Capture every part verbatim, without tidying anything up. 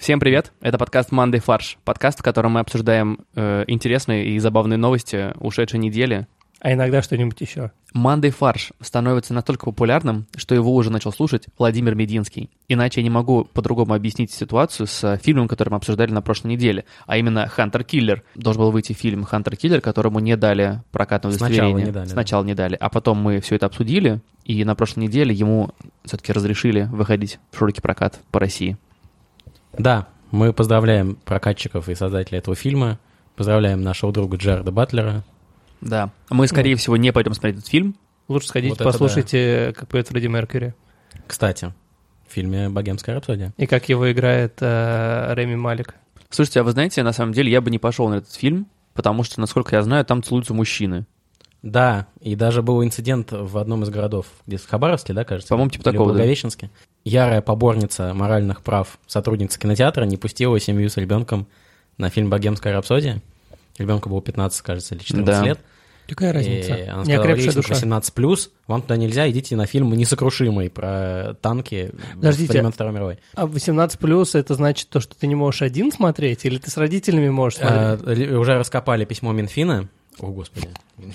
Всем привет, это подкаст «Monday Фарш», подкаст, в котором мы обсуждаем э, интересные и забавные новости ушедшей недели. А иногда что-нибудь еще. «Monday Фарш» становится настолько популярным, что его уже начал слушать Владимир Мединский. Иначе я не могу по-другому объяснить ситуацию с фильмом, который мы обсуждали на прошлой неделе, а именно «Хантер Киллер». Должен был выйти фильм «Хантер Киллер», которому не дали прокатное удостоверение. Сначала не дали. Сначала не дали, а потом мы все это обсудили, и на прошлой неделе ему все-таки разрешили выходить в широкий прокат по России. Да, мы поздравляем прокатчиков и создателей этого фильма, поздравляем нашего друга Джареда Батлера. Да, мы, скорее вот. всего, не пойдем смотреть этот фильм. Лучше сходите, вот послушайте, да. как поет Фредди Меркьюри. Кстати, в фильме «Богемская рапсодия». И как его играет э, Реми Малик. Слушайте, а вы знаете, на самом деле я бы не пошел на этот фильм, потому что, насколько я знаю, там целуются мужчины. Да, и даже был инцидент в одном из городов, где в Хабаровске, да, кажется? По-моему, типа или такого, в Благовещенске. Да. Ярая поборница моральных прав сотрудница кинотеатра не пустила семью с ребенком на фильм «Богемская рапсодия». Ребенку было пятнадцать, кажется, или четырнадцать да. лет. Какая разница? И она сказала, рейтинг восемнадцать плюс, вам туда нельзя, идите на фильм «Несокрушимый» про танки Подождите, времен Второй мировой. А восемнадцать плюс это значит то, что ты не можешь один смотреть, или ты с родителями можешь смотреть? А, уже раскопали письмо Минфина, о господи,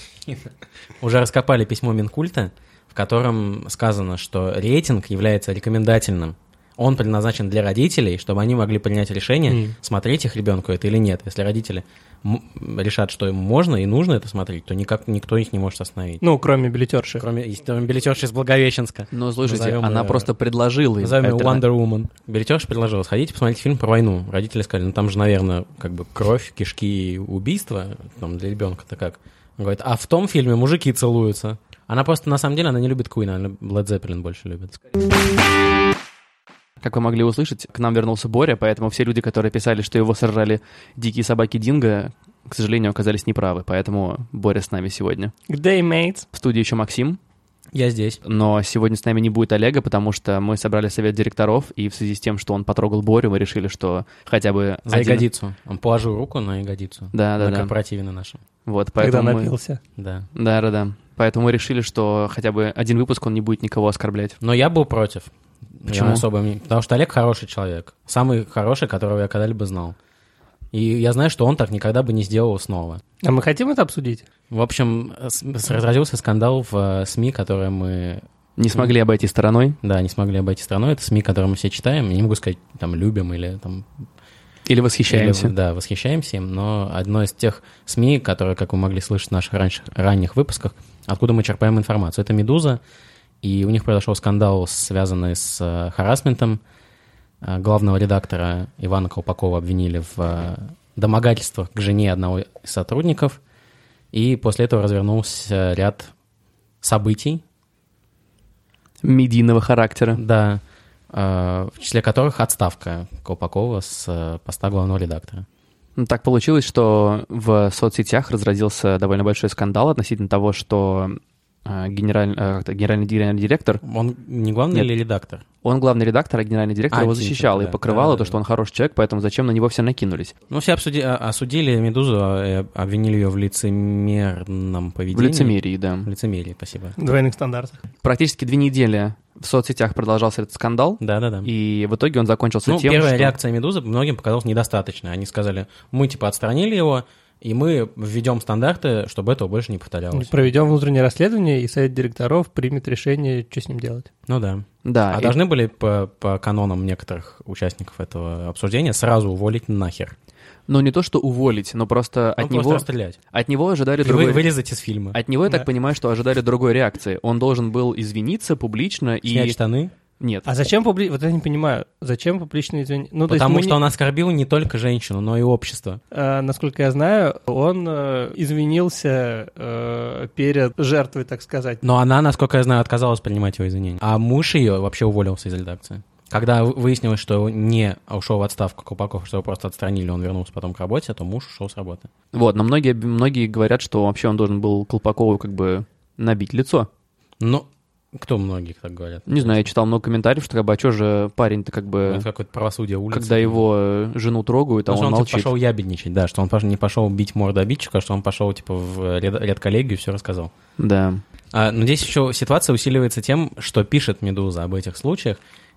уже раскопали письмо Минкульта, в котором сказано, что рейтинг является рекомендательным. Он предназначен для родителей, чтобы они могли принять решение, mm. смотреть их ребенку это или нет. Если родители м- решат, что им можно и нужно это смотреть, то никак никто их не может остановить. Ну, кроме билетерши. Кроме, кроме билетерши из Благовещенска. Но, слушайте, назовем она ее, просто предложила им. Назовем ее Wonder Woman. Билетерша предложила, сходите посмотреть фильм про войну. Родители сказали, ну там же, наверное, как бы кровь, кишки и убийства. Там для ребенка-то как? Он говорит, а в том фильме мужики целуются. Она просто, на самом деле, она не любит Queen, она Led Zeppelin больше любит. Как вы могли услышать, к нам вернулся Боря, поэтому все люди, которые писали, что его сожрали дикие собаки Динго, к сожалению, оказались неправы, поэтому Боря с нами сегодня. Good day, mates. В студии еще Максим. Я здесь. Но сегодня с нами не будет Олега, потому что мы собрали совет директоров, и в связи с тем, что он потрогал Борю, мы решили, что хотя бы За один... ягодицу. Он положил руку на ягодицу. Да, да, на да. корпоративе на нашем. Вот, поэтому Когда мы... напился. Да. Да, да, да. Поэтому мы решили, что хотя бы один выпуск он не будет никого оскорблять. Но я был против. Почему? Я особо... Потому что Олег хороший человек. Самый хороший, которого я когда-либо знал. И я знаю, что он так никогда бы не сделал снова. А мы хотим это обсудить? В общем, разразился скандал в СМИ, которые мы... Не смогли обойти стороной. Да, не смогли обойти стороной. Это СМИ, которые мы все читаем. Я не могу сказать, там, любим или там... Или восхищаемся. Или, да, восхищаемся им, но одно из тех СМИ, которые, как вы могли слышать в наших раньше, ранних выпусках, откуда мы черпаем информацию, это «Медуза», и у них произошел скандал, связанный с э, харассментом. Э, главного редактора Ивана Колпакова обвинили в э, домогательствах к жене одного из сотрудников, и после этого развернулся ряд событий. Медийного характера. Да, в числе которых отставка Колпакова с поста главного редактора. Так получилось, что в соцсетях разразился довольно большой скандал относительно того, что генераль... генеральный, генеральный директор... Он не главный Нет. или редактор? Он главный редактор, а генеральный директор а, его защищал типа, и покрывал да, то, да, что да. он хороший человек, поэтому зачем на него все накинулись? Ну, все обсуди... осудили «Медузу», обвинили ее в лицемерном поведении. В лицемерии, да. В лицемерии, спасибо. В двойных стандартах. Практически две недели в соцсетях продолжался этот скандал. Да-да-да. И в итоге он закончился ну, тем, первая что... реакция «Медузы» многим показалась недостаточной. Они сказали, мы типа отстранили его, и мы введем стандарты, чтобы этого больше не повторялось. Проведем внутреннее расследование, и совет директоров примет решение, что с ним делать. Ну да. Да. А и... должны были по, по канонам некоторых участников этого обсуждения сразу уволить нахер. Ну, не то, что уволить, но просто ну, от просто него... расстрелять. От него ожидали Вы, другой... Вырезать из фильма. От него, я да. так понимаю, что ожидали другой реакции. Он должен был извиниться публично и... Снять штаны? Нет. А зачем публично... Вот я не понимаю, зачем публичное извинение? Ну, Потому то есть что не... он оскорбил не только женщину, но и общество. А, насколько я знаю, он э, извинился э, перед жертвой, так сказать. Но она, насколько я знаю, отказалась принимать его извинения. А муж ее вообще уволился из редакции. Когда выяснилось, что не ушел в отставку Колпаков, что его просто отстранили, он вернулся потом к работе, то муж ушел с работы. Вот, но многие, многие говорят, что вообще он должен был Колпакову как бы набить лицо. Ну... Кто многих так говорят? Не знаю, я читал много комментариев, что как бы, а что же парень-то как бы... Это какое-то правосудие улицы. Когда его жену трогают, а ну, он, он молчит. Типа, пошел ябедничать, да, что он не пошел бить морду обидчика, что он пошел типа в редколлегию и все рассказал. Да. А, но здесь еще ситуация усиливается тем, что пишет «Медуза» об этих случаях.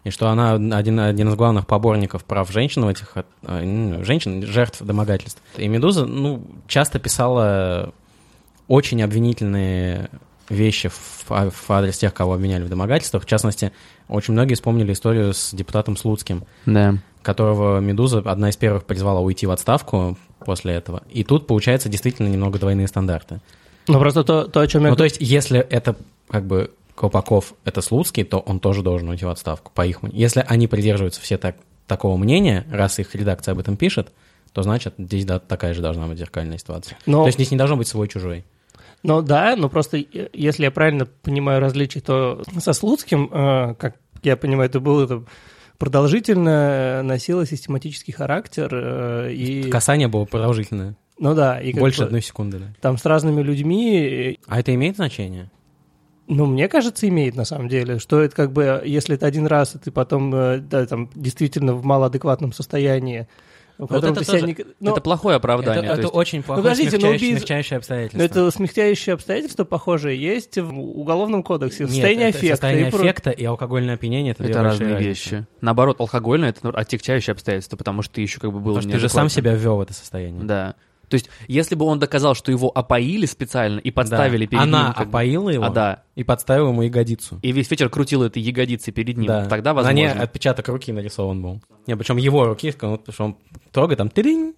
и что она один, один из главных поборников прав женщин, в этих, э, женщин, жертв домогательств. И «Медуза», ну, часто писала очень обвинительные вещи в, в адрес тех, кого обвиняли в домогательствах. В частности, очень многие вспомнили историю с депутатом Слуцким, да. которого «Медуза» одна из первых призвала уйти в отставку после этого. И тут, получается, действительно немного двойные стандарты. Ну, просто то, то о чем я... Ну, то есть, если это, как бы, Колпаков — это Слуцкий, то он тоже должен уйти в отставку, по их мнению. Если они придерживаются все так, такого мнения, раз их редакция об этом пишет, то, значит, здесь да, такая же должна быть зеркальная ситуация. Но... То есть, здесь не должно быть свой-чужой. Ну, да, но просто, если я правильно понимаю различия, то со Слуцким, как я понимаю, это было... Это... продолжительно, носило систематический характер. И... Касание было продолжительное. Ну да. И больше бы, одной секунды. Да. Там с разными людьми. А это имеет значение? Ну, мне кажется, имеет на самом деле. Что это как бы, если это один раз, и ты потом да, там, действительно в малоадекватном состоянии, Вот это, тоже, не... но... это плохое оправдание. Это, это есть... очень плохое ну, смягчающее, убийц... смягчающее обстоятельство. Это смягчающее обстоятельство, похожее, есть в Уголовном кодексе. Состояние Нет, аффекта. Состояние и аффекта и алкогольное опьянение — это, это разные вещи. Наоборот, алкогольное — это отягчающее обстоятельство, потому что ты еще как бы был... Потому что ты же сам себя ввел в это состояние. Да. То есть, если бы он доказал, что его опоили специально и подставили да. перед Она ним... Она опоила его а, да. и подставила ему ягодицу. И весь вечер крутила этой ягодицей перед ним. Да. Тогда возможно... На ней отпечаток руки нарисован был. Не, причем его руки, потому что он трогает, там... Тыринь!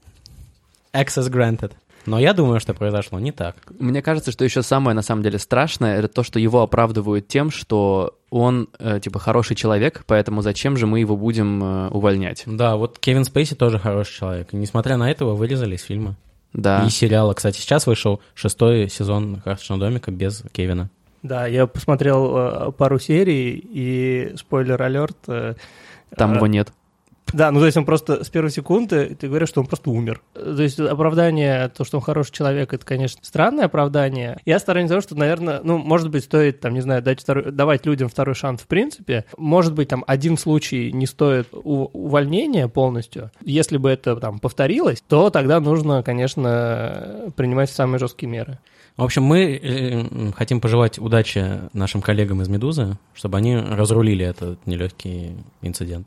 Access granted. Но я думаю, что произошло не так. Мне кажется, что еще самое, на самом деле, страшное, это то, что его оправдывают тем, что он, э, типа, хороший человек, поэтому зачем же мы его будем э, увольнять? Да, вот Кевин Спейси тоже хороший человек. И, несмотря на это, его вырезали из фильма. Да. И сериала. Кстати, сейчас вышел шестой сезон «Карточного домика» без Кевина. Да, я посмотрел э, пару серий, и, спойлер-алерт... Э, Там э, его нет. Да, ну то есть он просто с первой секунды, ты говоришь, что он просто умер. То есть оправдание, то, что он хороший человек, это, конечно, странное оправдание. Я сторонник того, что, наверное, ну, может быть, стоит, там, не знаю, дать второй, давать людям второй шанс в принципе. Может быть, там, один случай не стоит у, увольнения полностью. Если бы это, там, повторилось, то тогда нужно, конечно, принимать самые жесткие меры. В общем, мы э, хотим пожелать удачи нашим коллегам из «Медузы», чтобы они разрулили этот нелегкий инцидент.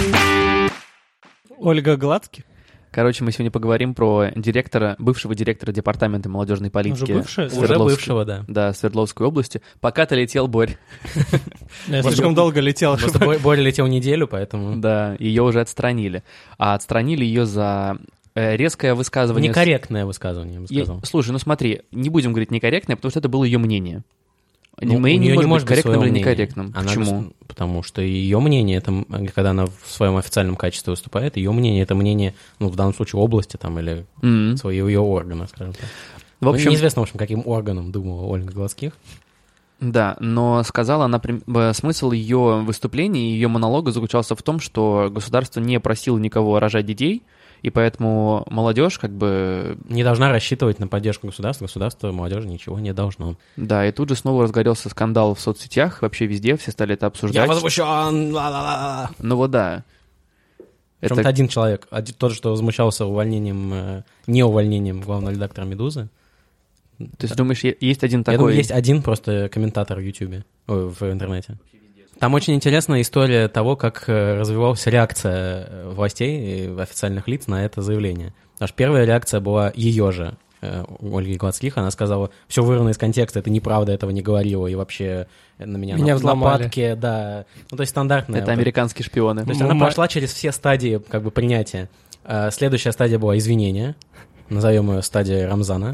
Ольга Гладский. Короче, мы сегодня поговорим про директора, бывшего директора департамента молодежной политики. Уже бывшего? Уже бывшего, да. Да, Свердловской области. Пока ты летел, Борь. Я слишком долго летел. Боря летел неделю, поэтому... Да, ее уже отстранили. А отстранили ее за... резкое высказывание... Некорректное высказывание, я бы сказал. Я... Слушай, ну смотри, не будем говорить некорректное, потому что это было ее мнение. Ну, мнение не может быть корректным или некорректным. Она Почему? Без... Потому что ее мнение, это, когда она в своем официальном качестве выступает, ее мнение — это мнение, ну, в данном случае, области там, или mm-hmm. своего ее органа, скажем так. В общем... Ну, неизвестно, в общем, каким органом думала Ольга Гладских. Да, но сказала она, смысл ее выступления, ее монолога заключался в том, что государство не просило никого рожать детей, и поэтому молодежь как бы... Не должна рассчитывать на поддержку государства, государство молодежи ничего не должно. Да, и тут же снова разгорелся скандал в соцсетях, вообще везде, все стали это обсуждать. Я возмущен! Ну вот да. Причем это один человек, один, тот, что возмущался увольнением, не увольнением главного редактора «Медузы». Ты да. думаешь, есть один такой... Я думаю, есть один просто комментатор в Ютубе, ой, в интернете. Там очень интересная история того, как развивалась реакция властей и официальных лиц на это заявление. Аж первая реакция была ее же, Ольги Гладских. Она сказала, все вырвано из контекста, это неправда, этого не говорила, и вообще на меня, меня нападки, да. Ну, то есть стандартная. Это американские шпионы. То есть она прошла через все стадии как бы принятия. Следующая стадия была извинения, назовем ее стадией Рамзана.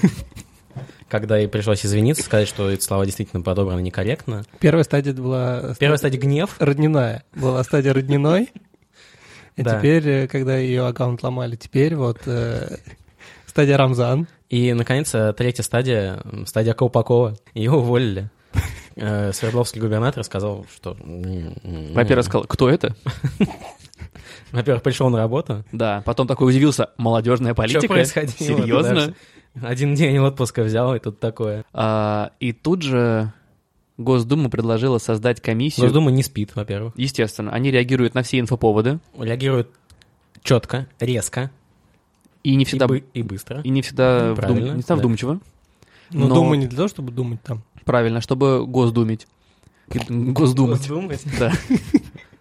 Когда ей пришлось извиниться, сказать, что эти слова действительно подобраны некорректно. Первая стадия была... Первая стадия — гнев. Родниная. Была стадия родниной. И да. теперь, когда ее аккаунт ломали, теперь вот э, стадия Рамзан. И, наконец, третья стадия, стадия Колпакова. Ее уволили. Свердловский губернатор сказал, что... Во-первых, сказал, кто это? Во-первых, пришел на работу. Да, потом такой удивился, молодежная политика? Что происходило? Серьезно? Один день отпуска взял, и тут такое. А, и тут же Госдума предложила создать комиссию. Госдума не спит, во-первых. Естественно, они реагируют на все инфоповоды. Реагируют четко, резко. И не всегда... И, бы, и быстро. И не всегда, вдум... не всегда да. вдумчиво. Но, но дума не для того, чтобы думать там. Правильно, чтобы госдумить. Госдумать. Госдумать? Да.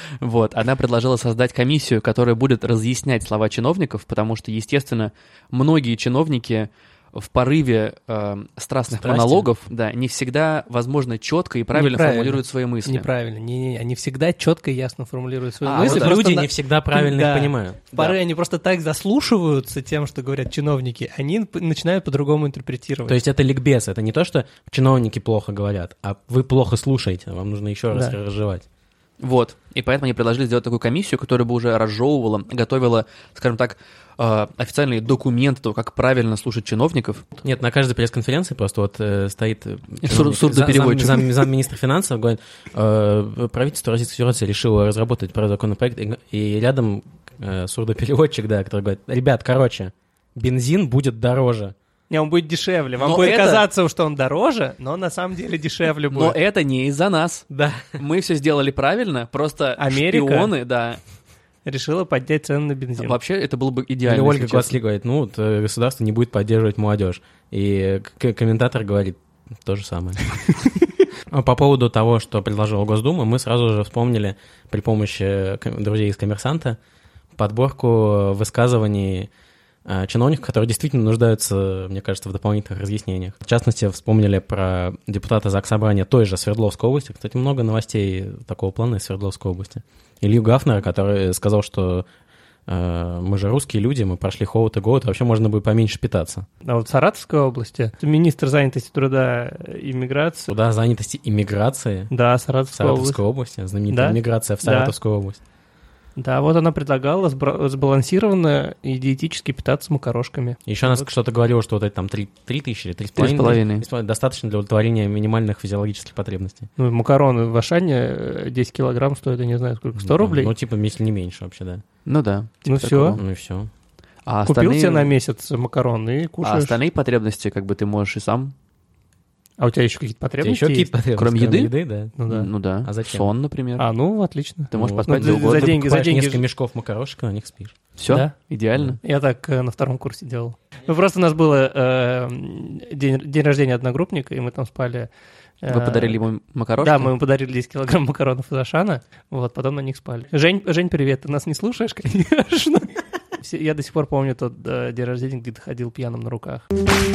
Вот, она предложила создать комиссию, которая будет разъяснять слова чиновников, потому что, естественно, многие чиновники в порыве э, страстных Страсти. монологов, да, не всегда, возможно, четко и правильно Неправильно. формулируют свои мысли. Неправильно. Не-не-не. Они всегда четко и ясно формулируют свои А, мысли. вот просто люди на- не всегда правильно Да. их понимают. В порыве Да. они просто так заслушиваются тем, что говорят чиновники, они п- начинают по-другому интерпретировать. То есть это ликбез, это не то, что чиновники плохо говорят, а вы плохо слушаете, вам нужно еще раз Да. разжевать. Вот, и поэтому они предложили сделать такую комиссию, которая бы уже разжевывала, готовила, скажем так, э, официальные документы того, как правильно слушать чиновников. Нет, на каждой пресс-конференции просто вот э, стоит э, Сур- чиновник, сурдопереводчик. зам, зам- замминистра финансов, говорит, э, правительство Российской Федерации решило разработать про законопроект, и, и рядом э, сурдопереводчик, да, который говорит, ребят, короче, бензин будет дороже. Не, он будет дешевле. Вам Но будет это- казаться, что он дороже, но на самом деле дешевле Но будет. это не из-за нас. Да. Мы все сделали правильно, просто Америка? шпионы, да. Решила поднять цены на бензин. Вообще, это было бы Или идеально. Ольга если честно. Госли говорит, ну, вот, э, государство не будет поддерживать молодежь. И к- комментатор говорит то же самое. А По поводу того, что предложила Госдума, мы сразу же вспомнили при помощи ком- друзей из «Коммерсанта» подборку высказываний э, чиновников, которые действительно нуждаются, мне кажется, в дополнительных разъяснениях. В частности, вспомнили про депутата Заксобрания той же Свердловской области. Кстати, много новостей такого плана из Свердловской области. Илью Гафнера, который сказал, что э, мы же русские люди, мы прошли холод и голод, вообще можно бы поменьше питаться. А вот в Саратовской области министр занятости труда и миграции. Туда занятости и миграции Да, в Саратовская область. Саратовской области, знаменитая Да? миграция в Да. Саратовскую область. Да, вот она предлагала сбра- сбалансированно и диетически питаться макарошками. Еще она Вот. что-то говорила, что вот это там три тысячи или три с Три с половиной. половиной достаточно для удовлетворения минимальных физиологических потребностей. Ну, макароны в Ашане э, десять килограмм стоят, я не знаю, сколько, сто Ну, рублей? Ну, типа, если не меньше вообще, да. Ну да. Ну типа всё. такого. Ну и все. А Купил остальные- себе на месяц макарон и А кушаешь. остальные потребности, как бы ты можешь и сам. А у тебя еще какие-то У тебя потребности еще какие-то есть? потребности? Кроме еды? еды, да. Ну да. Ну да. А зачем? Сон, например. А, ну, отлично. Ты можешь Ну, поспать ну, где за- угодно. за деньги- Покупаешь деньги несколько же- мешков макарошек, и на них спишь. Все, Да? идеально. Я так э, на втором курсе делал. Ну, просто у нас было э, день, день рождения одногруппника, и мы там спали. э, Вы подарили ему макарошки? Да, мы ему подарили десять килограмм макаронов из Ашана, вот, потом на них спали. Жень, Жень, привет, ты нас не слушаешь, конечно? Все- Я до сих пор помню тот э, день рождения, где ты ходил пьяным на руках.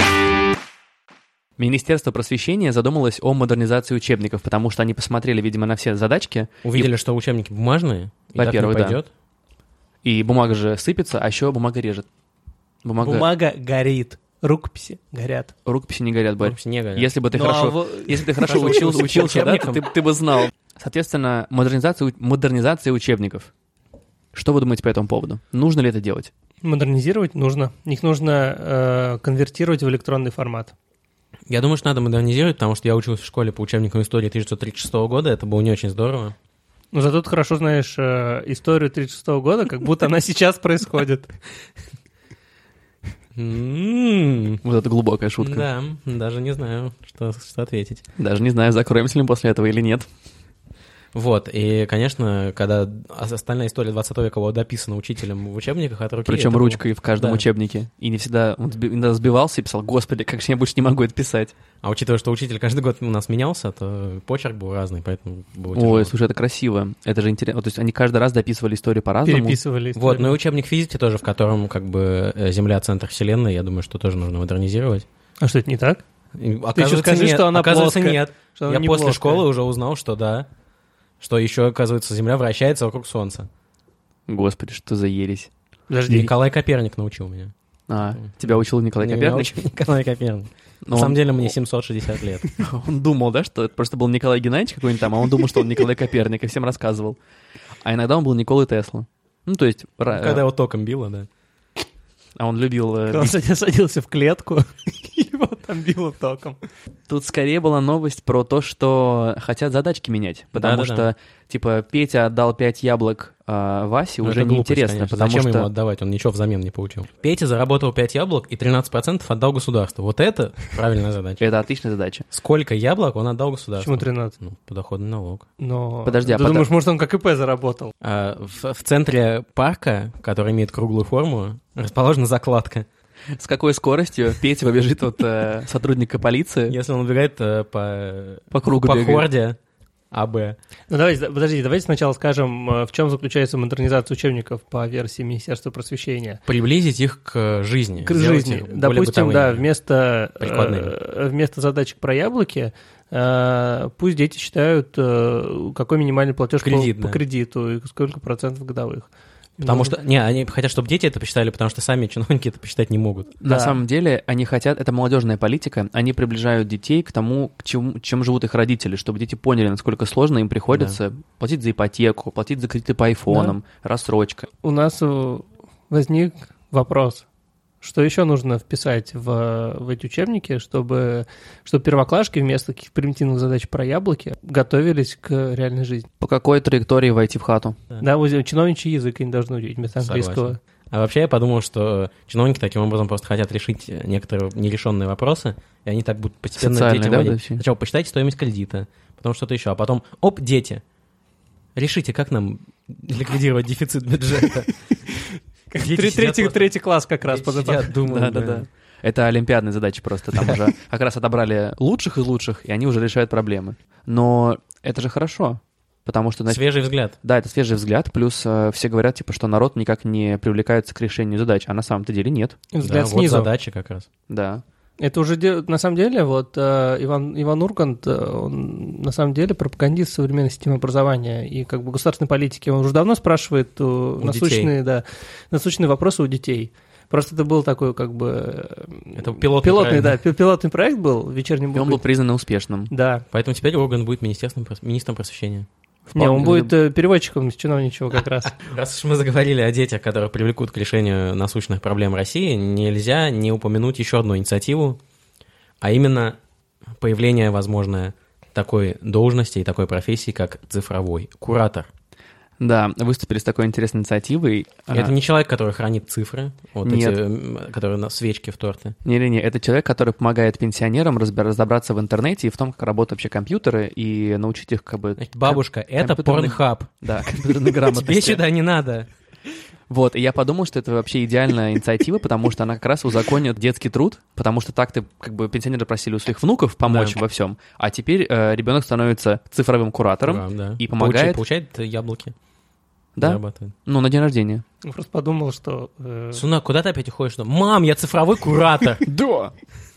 Министерство просвещения задумалось о модернизации учебников, потому что они посмотрели, видимо, на все задачки, Увидели, что учебники бумажные, и так не Во-первых, да. пойдет. и бумага же сыпется, а еще бумага режет. Бумага... Бумага горит, рукописи горят. Рукописи не горят, Борь. Вообще не горят. Если бы ты Ну, хорошо, а во- если бы ты хорошо Хорошо учил, учился по учился, да, то учебникам. ты, ты бы знал. Соответственно, модернизация, модернизация учебников. Что вы думаете по этому поводу? Нужно ли это делать? Модернизировать нужно. Их нужно э, конвертировать в электронный формат. Я думаю, что надо модернизировать, потому что я учился в школе по учебникам истории тысяча девятьсот тридцать шестого года, это было не очень здорово. Но зато ты хорошо знаешь э, историю тридцать шестого года, как будто она сейчас происходит. М, Вот это глубокая шутка. Да, даже не знаю, что, что ответить. Даже не знаю, закроемся ли мы после этого или нет. Вот, и, конечно, когда остальная история двадцатого века была дописана учителем в учебниках от руки... Причем это было- ручкой в каждом Да. учебнике. И не всегда он сби- иногда сбивался и писал: «Господи, как же я больше не могу это писать». А учитывая, что учитель каждый год у нас менялся, то почерк был разный, поэтому было тяжело. Ой, слушай, это красиво. Это же интересно. То есть они каждый раз дописывали историю по-разному. Переписывали историю. Вот, ну и учебник физики тоже, в котором как бы э, Земля — центр Вселенной, я думаю, что тоже нужно модернизировать. А что, это не так? И, еще оказывается, скажи, нет. что она Оказывается, плоская. нет. Что она Я не после плоская. школы уже узнал, что да, что еще, оказывается, Земля вращается вокруг Солнца. Господи, что за ересь. Подожди. Николай Коперник научил меня. А, тебя учил Николай Меня Коперник? учил Николай Коперник. Но На самом он- деле мне семьсот шестьдесят лет. Он думал, да, что это просто был Николай Геннадьевич какой-нибудь там, а он думал, что он Николай Коперник, и всем рассказывал. А иногда он был Николай Тесла. Ну, то есть... ра- Когда его током било, да. А он любил... э, Он садился садился в клетку, и его там било током. Тут скорее была новость про то, что хотят задачки менять, потому Да-да-да. что, типа, Петя отдал пять яблок а, Васе, Ну, уже это глупость, неинтересно, конечно. потому Зачем что... ему отдавать? Он ничего взамен не получил. Петя заработал пять яблок и тринадцать процентов отдал государству. Вот это правильная задача. Это отличная задача. Сколько яблок он отдал государству? Почему тринадцать? Ну, подоходный налог. Но... Подожди, а Ты потом- думаешь, может, он как ИП заработал? А, в, в центре парка, который имеет круглую форму, расположена закладка. С какой скоростью Петя побежит от э, сотрудника полиции? Если он убегает э, по, По кругу по бегает. хорде, АБ. Ну, давайте, подождите, давайте сначала скажем, в чем заключается модернизация учебников по версии Министерства просвещения. Приблизить их к жизни. К жизни. Допустим, да, вместо, э, вместо задачек про яблоки э, пусть дети считают, э, какой минимальный платеж Кредит, по, да. по кредиту и сколько процентов годовых. Потому что, не, они хотят, чтобы дети это посчитали, потому что сами чиновники это посчитать не могут. На да. самом деле, они хотят, это молодежная политика, они приближают детей к тому, к чему, чем живут их родители, чтобы дети поняли, насколько сложно им приходится да. платить за ипотеку, платить за кредиты по айфонам, да. рассрочка. У нас возник вопрос. Что еще нужно вписать в, в эти учебники, чтобы, чтобы первоклашки вместо таких примитивных задач про яблоки готовились к реальной жизни? По какой траектории войти в хату? Да, да вот чиновничий язык они должны учить вместо английского. Согласен. А вообще я подумал, что чиновники таким образом просто хотят решить некоторые нерешенные вопросы, и они так будут постепенно Социальные, детям да, вводить. Сначала посчитайте стоимость кредита, потом что-то еще, а потом, оп, дети, решите, как нам ликвидировать дефицит бюджета. Третий, третий класс как раз. Сидят, думают, да, да, да. Это олимпиадные задачи просто. Там уже как раз отобрали лучших из лучших, и они уже решают проблемы. Но это же хорошо, потому что... Свежий взгляд. Да, это свежий взгляд, плюс э, все говорят, типа, что народ никак не привлекается к решению задач, а на самом-то деле нет. Взгляд да, снизу. Вот задача как раз. Да. Это уже, на самом деле, вот э, Иван, Иван Ургант, он на самом деле пропагандист современной системы образования и как бы государственной политики. Он уже давно спрашивает у, у насущные, да, насущные вопросы у детей. Просто это был такой как бы... Это пилотный, пилотный проект. Да, пилотный проект был в вечернем... И он был признан успешным. Да. Поэтому теперь Ургант будет министром, министром просвещения. Не, он будет э, переводчиком чиновничего как раз. Раз уж мы заговорили о детях, которые привлекут к решению насущных проблем России, нельзя не упомянуть еще одну инициативу, а именно появление, возможно, такой должности и такой профессии, как цифровой куратор. Да, выступили с такой интересной инициативой. Это а... не человек, который хранит цифры, вот Нет. эти, которые на свечки в торты. Не-не-не, это человек, который помогает пенсионерам разобраться в интернете и в том, как работают вообще компьютеры, и научить их как бы... Значит, бабушка, ком- это порнхаб. Да, компьютерной грамотности. Тебе сюда не надо. Вот, и я подумал, что это вообще идеальная инициатива, потому что она как раз узаконит детский труд, потому что так ты, как бы, пенсионеры просили у своих внуков помочь да. во всем, а теперь э, ребенок становится цифровым куратором Курам, да. и помогает... Получает, получает яблоки. Да? Ну, на день рождения. Я просто подумал, что... Э... Сунак, куда ты опять уходишь? Мам, я цифровой куратор. Да!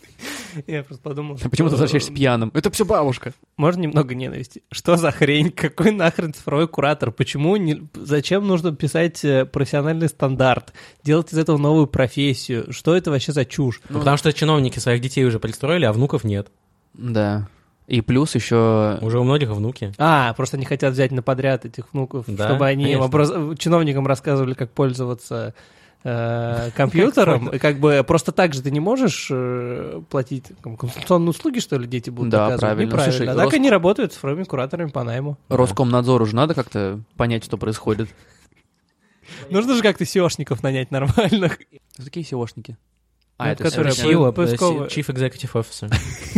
Я просто подумал, что... Почему ты возвращаешься пьяным? Это все бабушка. Можно немного ненависти? Что за хрень? Какой нахрен цифровой куратор? Почему? Не... Зачем нужно писать профессиональный стандарт? Делать из этого новую профессию? Что это вообще за чушь? Ну, потому что чиновники своих детей уже пристроили, а внуков нет. Да. И плюс еще... Уже у многих внуки. А, просто они хотят взять на подряд этих внуков, да, чтобы они им образ... чиновникам рассказывали, как пользоваться э, компьютером. И как бы просто так же ты не можешь э, платить консультационные услуги, что ли, дети будут да, оказывать? Правильно. Неправильно. Слушай, а так Рос... они работают цифровыми кураторами по найму. Роскомнадзору же надо как-то понять, что происходит. Нужно же как-то сеошников нанять нормальных. Что такие сеошники? А, это си и о, Chief Executive Officer.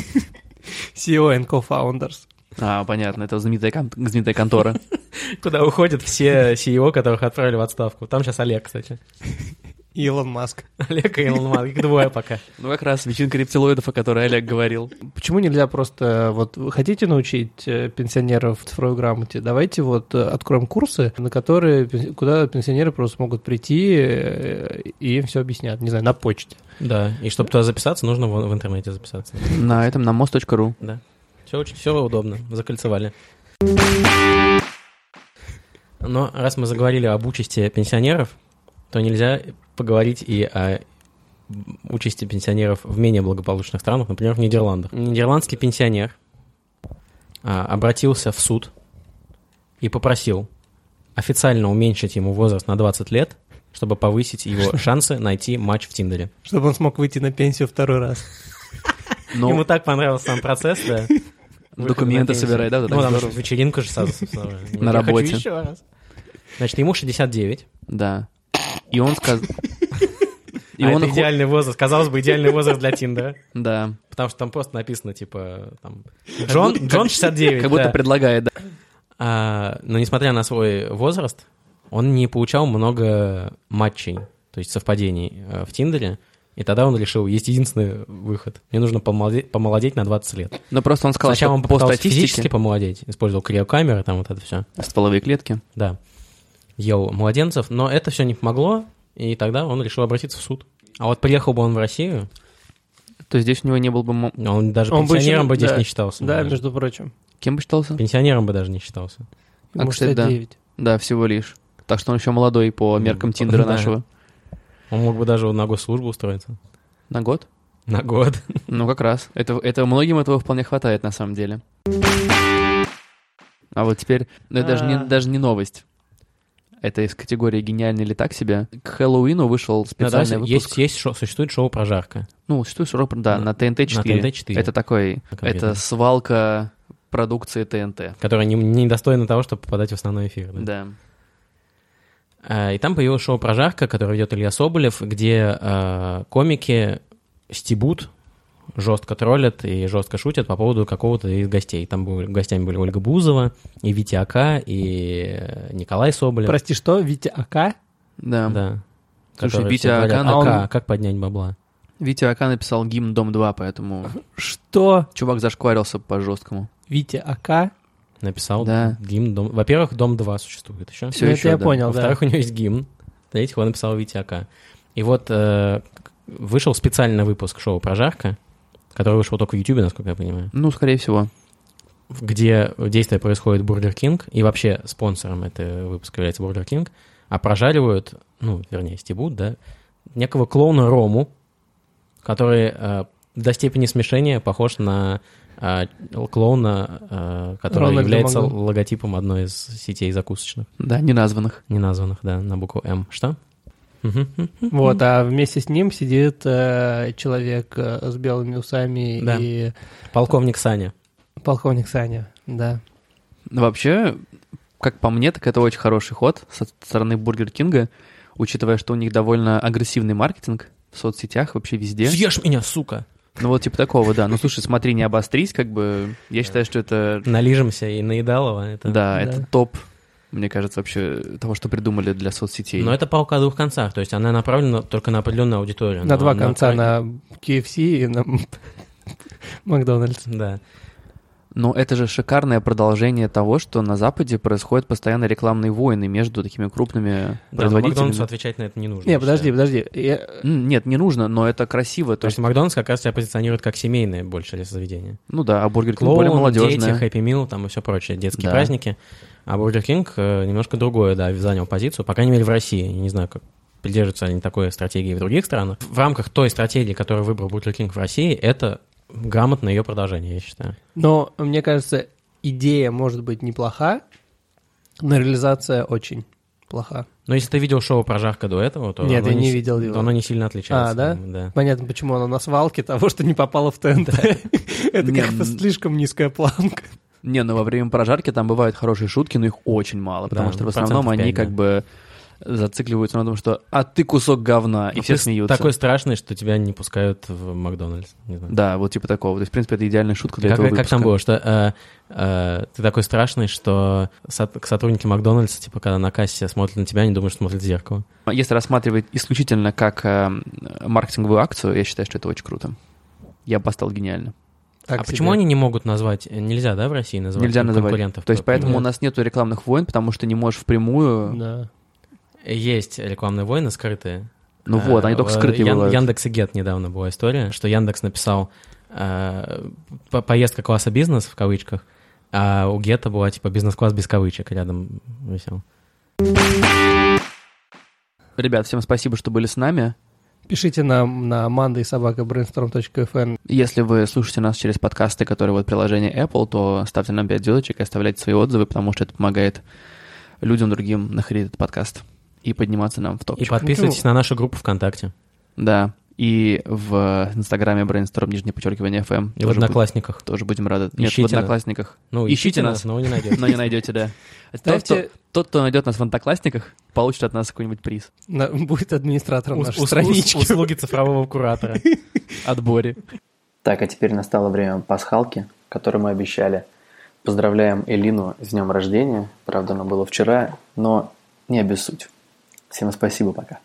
си и о and Co-Founders. А, понятно, это знаменитая, кон- знаменитая контора. Куда уходят все си и о, которых отправили в отставку. Там сейчас Олег, кстати. Илон Маск. Олег и Илон Маск, их двое пока. Ну, как раз вечеринка рептилоидов, о которой Олег говорил. Почему нельзя просто, вот, вы хотите научить пенсионеров цифровой грамоте? Давайте вот откроем курсы, на которые, куда пенсионеры просто могут прийти и им все объяснят, не знаю, на почте. Да, и чтобы туда записаться, нужно в, в интернете записаться. На этом, на мост точка ру. Да, все очень, все удобно, закольцевали. Но раз мы заговорили об участи пенсионеров, то нельзя поговорить и о участи пенсионеров в менее благополучных странах, например, в Нидерландах. Нидерландский пенсионер а, обратился в суд и попросил официально уменьшить ему возраст на двадцать лет, чтобы повысить его шансы найти матч в Тиндере. Чтобы он смог выйти на пенсию второй раз. Но... Ему так понравился сам процесс, да. Документы собирай, да? Ну, там вечеринка же сразу, собственно. На работе. Значит, ему шестьдесят девять. Да. И он сказал... И а он это идеальный возраст, казалось бы, идеальный возраст для Тиндера. Да. Потому что там просто написано, типа, там, Джон, Джон шестьдесят девять. Как будто да. предлагает, да. А, но несмотря на свой возраст, он не получал много матчей, то есть совпадений в Тиндере, И тогда он решил, есть единственный выход. Мне нужно помолодеть, помолодеть на двадцать лет. Но просто он сказал, Сначала что он по попытался статистике... физически помолодеть, использовал криокамеры, там вот это все. Стволовые клетки. Да. Ел младенцев, но это все не помогло, и тогда он решил обратиться в суд. А вот приехал бы он в Россию... То есть здесь у него не был бы... мо- Он даже Он бы пенсионером бы, еще- здесь да. не считался. Да, даже. между прочим. Кем бы считался? Пенсионером бы даже не считался. Ему А, кстати, да. шестьдесят девять. Да, всего лишь. Так что он еще молодой по меркам Тиндера Да. нашего. Он мог бы даже на госслужбу устроиться. На год? На год. Ну, как раз. Это, это многим этого вполне хватает, на самом деле. А вот теперь... Ну, это даже не, А. даже не новость. Это из категории «Гениальный или так себе». К Хэллоуину вышел Да, специальный да, выпуск. есть, есть шоу, существует шоу «Прожарка». Ну, существует шоу, да, На- на тэ эн тэ четыре. на тэ эн тэ четыре. Это такой... Конкретно. Это свалка продукции тэ эн тэ. Которая не, не достойна того, чтобы попадать в основной эфир. Да? Да. А, И там появилось шоу «Прожарка», которое ведет Илья Соболев, где а, комики стебут, жестко троллят и жестко шутят по поводу какого-то из гостей. Там были, гостями были Ольга Бузова, и Витя Ака, и э, Николай Соболев. Прости, что? Витя Ака? Да. Да. Слушай, Которые Витя все говорят, Ака, «Ака, он- как поднять бабла?» Витя Ака написал гимн «Дом два», поэтому Что? чувак зашкварился по-жесткому. Витя Ака? Написал Да. гимн «Дом». Во-первых, «Дом два» существует еще. Всё Ну, еще, это я да. понял, да. Во-вторых, у него есть гимн. В-третьих, его написал Витя Ака. И вот э, вышел специальный выпуск шоу «Прожарка», который вышел только в Ютубе, насколько я понимаю, Ну, скорее всего. где действие происходит в Бургер Кинг, и вообще спонсором этого выпуска является Бургер Кинг, а прожаривают, ну, вернее, стебут, да, некого клоуна Рому, который э, до степени смешения похож на э, клоуна, э, который Рональда является Макдональда. логотипом одной из сетей закусочных, Да, неназванных. неназванных, да, на букву «М». Что? Мгм. Вот, а вместе с ним сидит э, человек э, с белыми усами Да. и Полковник Саня. полковник Саня, да. Ну, вообще, как по мне, так это очень хороший ход со стороны Бургер Кинга, учитывая, что у них довольно агрессивный маркетинг в соцсетях, вообще везде. Съешь меня, сука! Ну, вот типа такого, да. Ну, слушай, смотри, не обострись, как бы. Я считаю, что это... Налижемся и наедалово. Это... Да, Да. это топ, мне кажется, вообще того, что придумали для соцсетей. Но это палка о двух концах, то есть она направлена только на определенную аудиторию. На но два конца, край- на кей эф си и на Макдональдс. Да. Но это же шикарное продолжение того, что на Западе происходят постоянно рекламные войны между такими крупными Да, но производителями. Макдональдсу отвечать на это не нужно. Не, я подожди, считаю. подожди. Я- М, Нет, не нужно, но это красиво. То То есть есть, Макдональдс как раз себя позиционирует как семейное больше заведение. ну да, а Бургер Кинг более Клоун, молодежное. дети, Хэппи Мил, там и все прочее, детские Да. праздники. А Бургер Кинг э, немножко другое, да, занял позицию, по крайней мере, в России. Я не знаю, как придерживаются они такой стратегии в других странах. В рамках той стратегии, которую выбрал Бургер Кинг в России, это грамотное ее продолжение, я считаю. Но, мне кажется, идея может быть неплоха, но реализация очень плоха. Но если ты видел шоу «Прожарка» до этого, то Нет, оно я не с- видел его. то оно не сильно отличается. А, да? Да. Понятно, почему она на свалке того, что не попало в ТНТ. Это Не, как-то м. слишком низкая планка. Не, ну во время прожарки там бывают хорошие шутки, но их очень мало, потому Да, что в основном процентов они пять, как да. бы зацикливаются на том, что «а ты кусок говна», и Ну, все ты смеются. такой страшный, что тебя не пускают в Макдональдс. Не знаю. Да, вот типа такого. То есть, в принципе, это идеальная шутка для Как, этого как выпуска. там было, что э, э, ты такой страшный, что со- сотрудники Макдональдса, типа, когда на кассе смотрят на тебя, они думают, что смотрят в зеркало. Если рассматривать исключительно как э, маркетинговую акцию, я считаю, что это очень круто. Я поставил гениально. Так а себе. почему они не могут назвать, нельзя, да, в России называть Нельзя кон- называть. конкурентов? То есть, поэтому Нет. у нас нету рекламных войн, потому что не можешь впрямую... Да. Есть рекламные войны скрытые. Ну вот, они Э, только в скрытые Ян- бывают. Яндекс и Гет недавно была история, что Яндекс написал э, по- поездка класса бизнес в кавычках, а у Гета была типа бизнес-класс без кавычек рядом висел. Ребят, всем спасибо, что были с нами. Пишите нам на monday собака brainstorm точка эф эм. Если вы слушаете нас через подкасты, которые вот приложение Apple, то ставьте нам пять звездочек и оставляйте свои отзывы, потому что это помогает людям другим находить этот подкаст и подниматься нам в И топчик. подписывайтесь на нашу группу ВКонтакте Да, и в Инстаграме Brainstorm, нижнее подчеркивание эф эм. и в Одноклассниках. Тоже будем рады. Нет, Ищите в нас. Одноклассниках. Ну, Ищите нас, но вы не найдете. но не найдете, да. Тот, Ставьте- кто, тот, кто найдет нас в Одноклассниках, получит от нас какой-нибудь приз. На- будет администратором Ус- нашей ус- странички. ус- Услуги цифрового куратора. Отборе. Так, а теперь настало время пасхалки, которую мы обещали. Поздравляем Элину с днем рождения. Правда, оно было вчера, но не обессудь. Всем спасибо, пока.